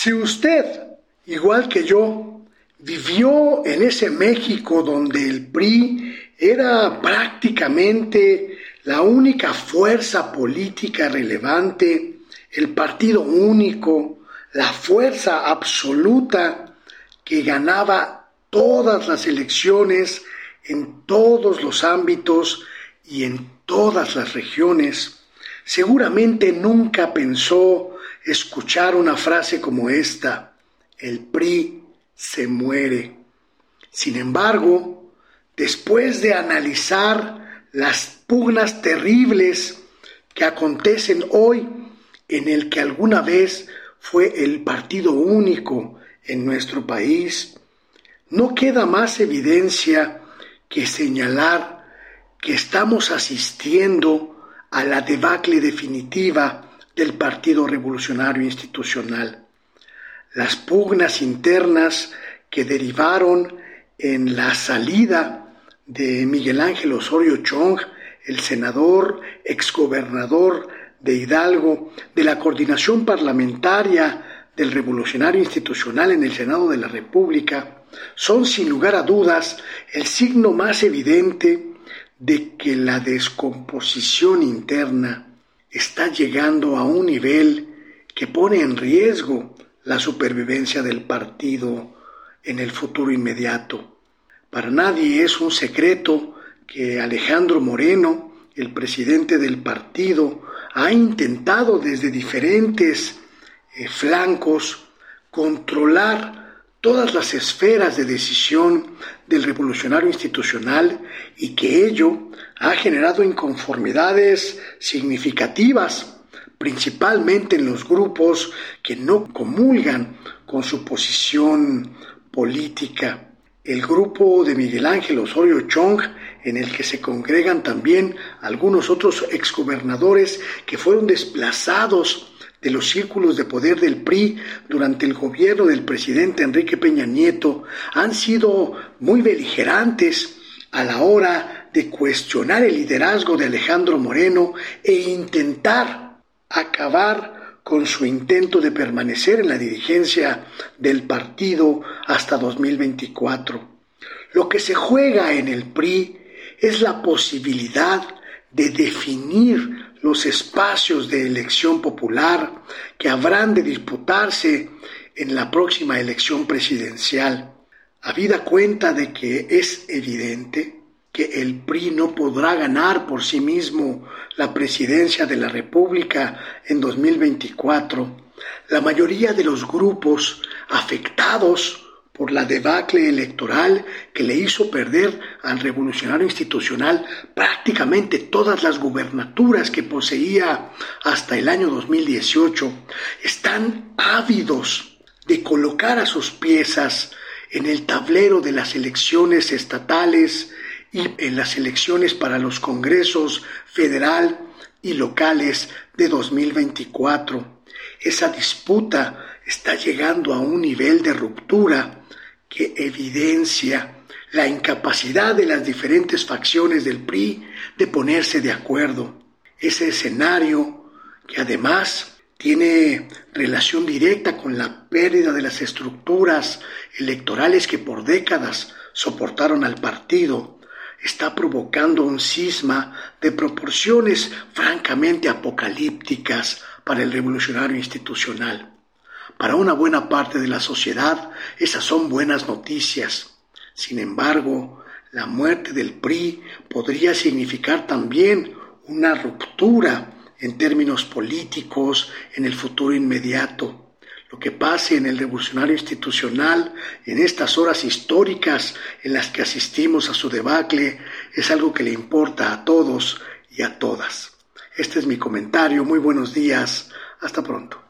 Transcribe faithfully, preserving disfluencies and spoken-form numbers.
Si usted, igual que yo, vivió en ese México donde el P R I era prácticamente la única fuerza política relevante, el partido único, la fuerza absoluta que ganaba todas las elecciones en todos los ámbitos y en todas las regiones, seguramente nunca pensó escuchar una frase como esta: el P R I se muere. Sin embargo, después de analizar las pugnas terribles que acontecen hoy, en el que alguna vez fue el partido único en nuestro país, no queda más evidencia que señalar que estamos asistiendo a la debacle definitiva del Partido Revolucionario Institucional. Las pugnas internas que derivaron en la salida de Miguel Ángel Osorio Chong, el senador, exgobernador de Hidalgo, de la coordinación parlamentaria del Revolucionario Institucional en el Senado de la República, son sin lugar a dudas el signo más evidente de que la descomposición interna está llegando a un nivel que pone en riesgo la supervivencia del partido en el futuro inmediato. Para nadie es un secreto que Alejandro Moreno, el presidente del partido, ha intentado desde diferentes eh, flancos controlar todas las esferas de decisión del Revolucionario Institucional y que ello ha generado inconformidades significativas, principalmente en los grupos que no comulgan con su posición política. El grupo de Miguel Ángel Osorio Chong, en el que se congregan también algunos otros exgobernadores que fueron desplazados de los círculos de poder del P R I durante el gobierno del presidente Enrique Peña Nieto, han sido muy beligerantes a la hora de cuestionar el liderazgo de Alejandro Moreno e intentar acabar con su intento de permanecer en la dirigencia del partido hasta dos mil veinticuatro. Lo que se juega en el P R I es la posibilidad de definir los espacios de elección popular que habrán de disputarse en la próxima elección presidencial, habida cuenta de que es evidente que el P R I no podrá ganar por sí mismo la presidencia de la República en dos mil veinticuatro. La mayoría de los grupos afectados por la debacle electoral que le hizo perder al Revolucionario Institucional prácticamente todas las gubernaturas que poseía hasta el año dos mil dieciocho, están ávidos de colocar a sus piezas en el tablero de las elecciones estatales y en las elecciones para los congresos federal y locales de dos mil veinticuatro. Esa disputa está llegando a un nivel de ruptura que evidencia la incapacidad de las diferentes facciones del P R I de ponerse de acuerdo. Ese escenario, que además tiene relación directa con la pérdida de las estructuras electorales que por décadas soportaron al partido, está provocando un cisma de proporciones francamente apocalípticas para el Revolucionario Institucional. Para una buena parte de la sociedad, esas son buenas noticias. Sin embargo, la muerte del P R I podría significar también una ruptura en términos políticos en el futuro inmediato. Lo que pase en el Revolucionario Institucional en estas horas históricas en las que asistimos a su debacle es algo que le importa a todos y a todas. Este es mi comentario. Muy buenos días. Hasta pronto.